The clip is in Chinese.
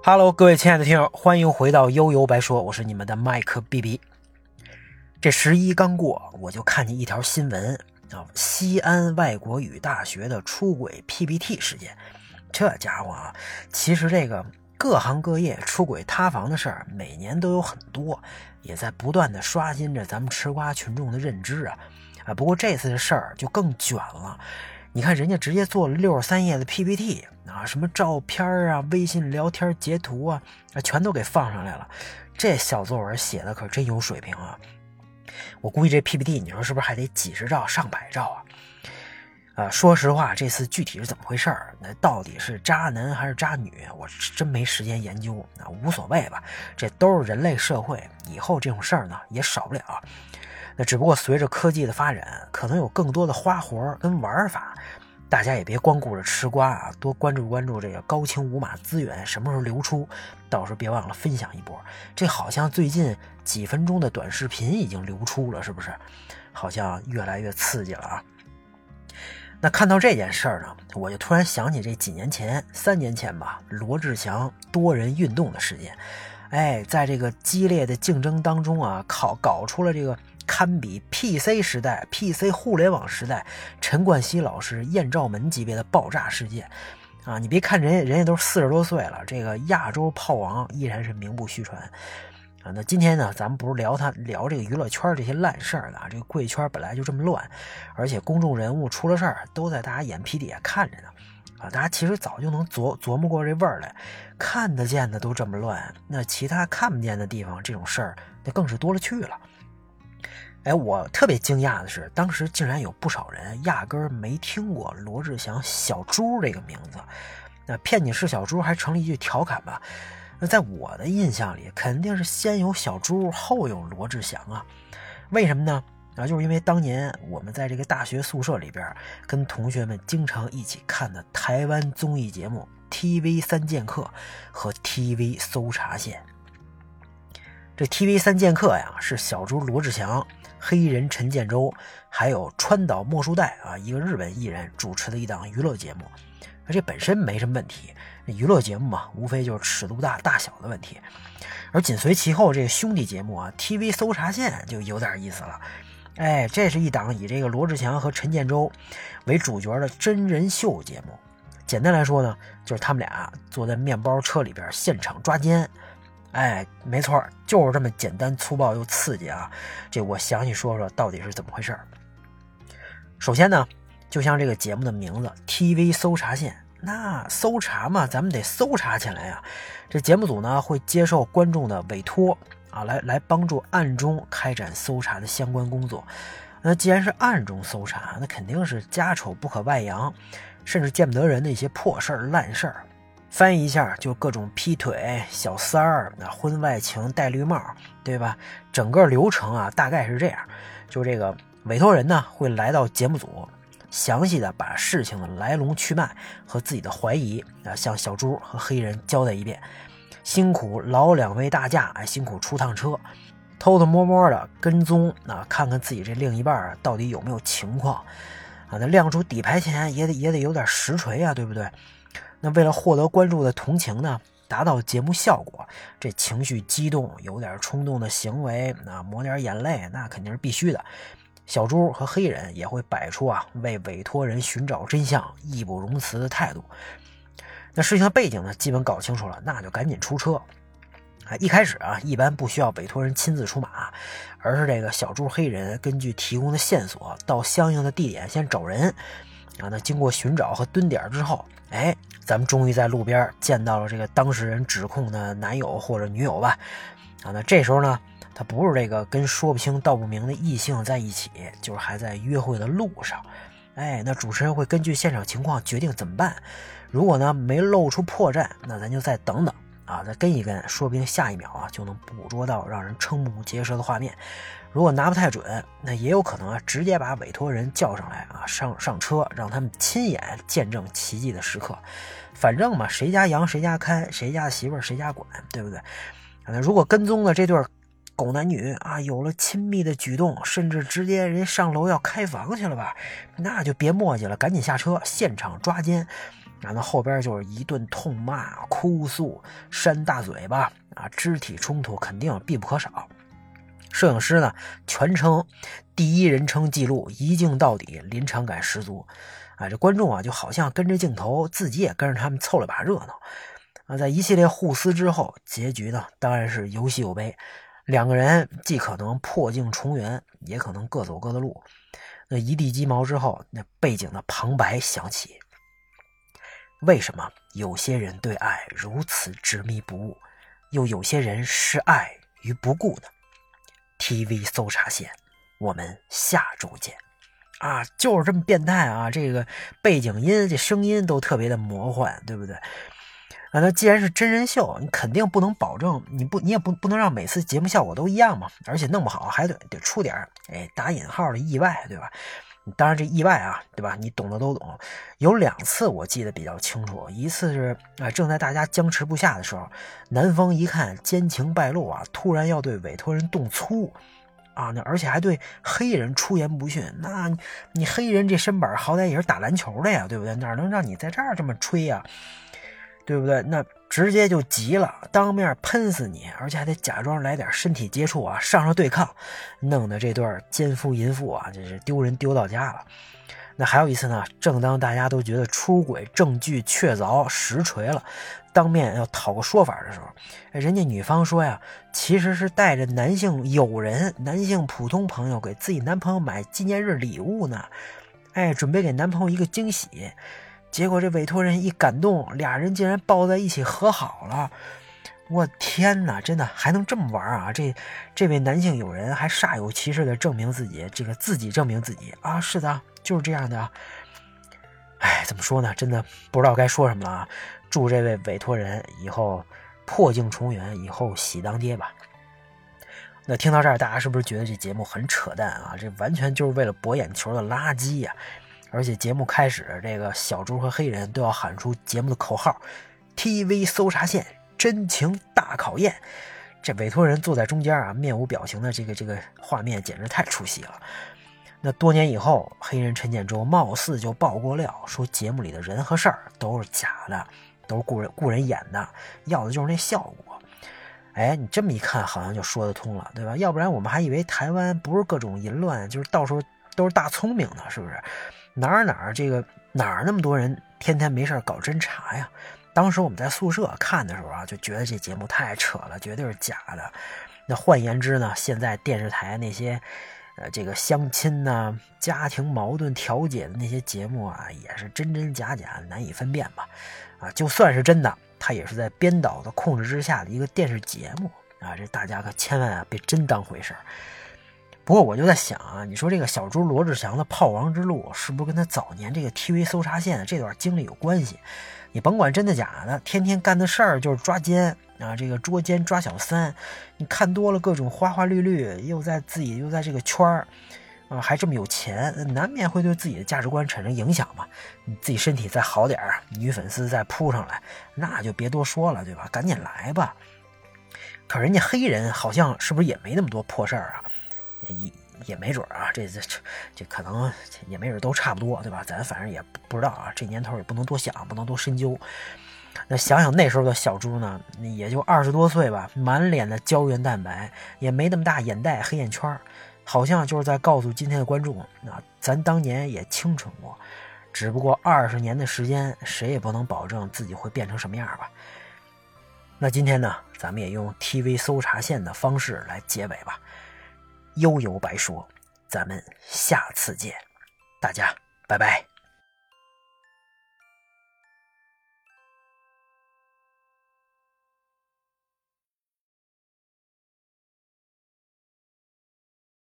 Hello， 各位亲爱的听友，欢迎回到悠悠白说，我是你们的麦克 BB。这11刚过，我就看见一条新闻啊，西安外国语大学的出轨 PPT 事件。这家伙啊，其实这个各行各业出轨塌房的事儿，每年都有很多，也在不断的刷新着咱们吃瓜群众的认知啊。不过这次的事儿就更卷了。你看人家直接做了63页的 PPT 啊，什么照片啊、微信聊天截图啊，全都给放上来了。这小作文写的可真有水平啊！我估计这 PPT 你说是不是还得几十兆、上百兆啊？说实话，这次具体是怎么回事儿？那到底是渣男还是渣女？我真没时间研究，无所谓吧。这都是人类社会，以后这种事儿呢也少不了。那只不过随着科技的发展，可能有更多的花活跟玩法，大家也别光顾着吃瓜啊，多关注这个高清无码资源什么时候流出，到时候别忘了分享一波。这好像最近几分钟的短视频已经流出了，是不是？好像越来越刺激了啊。那看到这件事儿呢，我就突然想起这几年前，3年前吧，罗志祥多人运动的事件。在这个激烈的竞争当中啊，搞出了这个堪比 PC 时代、PC 互联网时代陈冠希老师艳照门级别的爆炸事件啊！你别看人家都40多岁了，这个亚洲炮王依然是名不虚传啊。那今天呢，咱们不是聊这个娱乐圈这些烂事儿的，这个贵圈本来就这么乱，而且公众人物出了事儿都在大家眼皮底下看着呢啊！大家其实早就能琢磨过这味儿来，看得见的都这么乱，那其他看不见的地方这种事儿那更是多了去了。我特别惊讶的是，当时竟然有不少人压根儿没听过罗志祥小猪这个名字。那骗你是小猪还成了一句调侃吧。那在我的印象里，肯定是先有小猪后有罗志祥啊。为什么呢？就是因为当年我们在这个大学宿舍里边，跟同学们经常一起看的台湾综艺节目 TV 三剑客和 TV 搜查线。这 TV 三剑客呀，是小猪罗志祥、黑人陈建州还有川岛茉树代啊，一个日本艺人主持的一档娱乐节目。这本身没什么问题，娱乐节目嘛，无非就是尺度大小的问题。而紧随其后这个兄弟节目啊 TV 搜查线就有点意思了。这是一档以这个罗志祥和陈建州为主角的真人秀节目。简单来说呢，就是他们俩坐在面包车里边现场抓奸。没错，就是这么简单粗暴又刺激啊！这我详细说说到底是怎么回事。首先呢，就像这个节目的名字 TV 搜查线，那搜查嘛，咱们得搜查起来呀。这节目组呢会接受观众的委托啊，来帮助暗中开展搜查的相关工作。那既然是暗中搜查，那肯定是家丑不可外扬，甚至见不得人的一些破事儿烂事儿。翻译一下，就各种劈腿、小三儿、婚外情、戴绿帽，对吧？整个流程啊，大概是这样：就这个委托人呢，会来到节目组，详细的把事情的来龙去脉和自己的怀疑啊，向小猪和黑人交代一遍。辛苦劳2位大驾，辛苦出趟车，偷偷摸摸的跟踪啊，看看自己这另一半到底有没有情况啊。那亮出底牌前也得有点实锤啊，对不对？那为了获得观众的同情呢，达到节目效果，这情绪激动、有点冲动的行为，抹点眼泪，那肯定是必须的。小猪和黑人也会摆出为委托人寻找真相、义不容辞的态度。那事情的背景呢，基本搞清楚了，那就赶紧出车。一开始一般不需要委托人亲自出马，而是这个小猪黑人根据提供的线索，到相应的地点先找人。那经过寻找和蹲点之后，咱们终于在路边见到了这个当事人指控的男友或者女友吧。那这时候呢，他不是这个跟说不清道不明的异性在一起，就是还在约会的路上。那主持人会根据现场情况决定怎么办。如果呢没露出破绽，那咱就再等等再跟一跟，说不定下一秒就能捕捉到让人瞠目结舌的画面。如果拿不太准，那也有可能直接把委托人叫上来上车，让他们亲眼见证奇迹的时刻。反正嘛，谁家羊谁家开，谁家媳妇儿谁家管，对不对？如果跟踪的这对狗男女有了亲密的举动，甚至直接人上楼要开房去了吧，那就别磨叽了，赶紧下车，现场抓奸。 然后后边就是一顿痛骂、哭诉、扇大嘴巴啊，肢体冲突肯定必不可少。摄影师呢，全程第一人称记录，一镜到底，临场感十足啊！这观众啊，就好像跟着镜头，自己也跟着他们凑了把热闹啊！在一系列互撕之后，结局呢，当然是有喜有悲。两个人既可能破镜重圆，也可能各走各的路。那一地鸡毛之后，那背景的旁白响起。为什么有些人对爱如此执迷不悟，又有些人视爱于不顾呢？TV 搜查线，我们下周见啊！就是这么变态啊！这个背景音、这声音都特别的魔幻，对不对？啊，那既然是真人秀，你肯定不能保证你也不能让每次节目效果都一样嘛，而且弄不好还得出点打引号的意外，对吧？当然这意外啊，对吧？你懂的都懂。有2次我记得比较清楚，一次是正在大家僵持不下的时候，南风一看奸情败露啊，突然要对委托人动粗啊，而且还对黑人出言不逊。那你黑人这身板好歹也是打篮球的呀，对不对？哪能让你在这儿这么吹呀？对不对？那直接就急了，当面喷死你，而且还得假装来点身体接触啊，上对抗，弄得这对奸夫淫妇啊，这是丢人丢到家了。那还有一次呢，正当大家都觉得出轨证据确凿实锤了，当面要讨个说法的时候，人家女方说呀，其实是带着男性友人、男性普通朋友给自己男朋友买纪念日礼物呢，准备给男朋友一个惊喜。结果这委托人一感动，俩人竟然抱在一起和好了。我天哪，真的还能这么玩啊！这位男性友人还煞有其事的证明自己，自己证明自己啊，是的，就是这样的。怎么说呢？真的不知道该说什么了啊！祝这位委托人以后破镜重圆，以后喜当爹吧。那听到这儿，大家是不是觉得这节目很扯淡啊？这完全就是为了博眼球的垃圾呀！而且节目开始，这个小猪和黑人都要喊出节目的口号 ：TV 搜查线，真情大考验。这委托人坐在中间啊，面无表情的这个画面简直太出戏了。那多年以后，黑人陈建州貌似就爆过料，说节目里的人和事儿都是假的，都是雇人演的，要的就是那效果。你这么一看，好像就说得通了，对吧？要不然我们还以为台湾不是各种淫乱，就是到时候都是大聪明呢，是不是？哪儿那么多人天天没事搞侦查呀？当时我们在宿舍看的时候啊，就觉得这节目太扯了，绝对是假的。那换言之呢，现在电视台那些这个相亲呢、家庭矛盾调解的那些节目啊，也是真真假假，难以分辨吧？啊，就算是真的，它也是在编导的控制之下的一个电视节目啊，这大家可千万别真当回事儿。不过我就在想啊，你说这个小猪罗志祥的炮王之路是不是跟他早年这个 TV 搜查线的这段经历有关系？你甭管真的假的，天天干的事儿就是抓奸啊，这个捉奸抓小三，你看多了各种花花绿绿，又在这个圈儿啊，还这么有钱，难免会对自己的价值观产生影响嘛。你自己身体再好点儿，女粉丝再扑上来，那就别多说了，对吧？赶紧来吧。可人家黑人好像是不是也没那么多破事儿啊？也没准啊，这可能也没准都差不多，对吧？咱反正也不知道啊，这年头也不能多想，不能多深究。那想想那时候的小猪呢，也就20多岁吧，满脸的胶原蛋白，也没那么大眼袋黑眼圈，好像就是在告诉今天的观众，咱当年也清纯过，只不过20年的时间，谁也不能保证自己会变成什么样吧。那今天呢，咱们也用 TV 搜查线的方式来结尾吧。悠悠白说，咱们下次见，大家拜拜。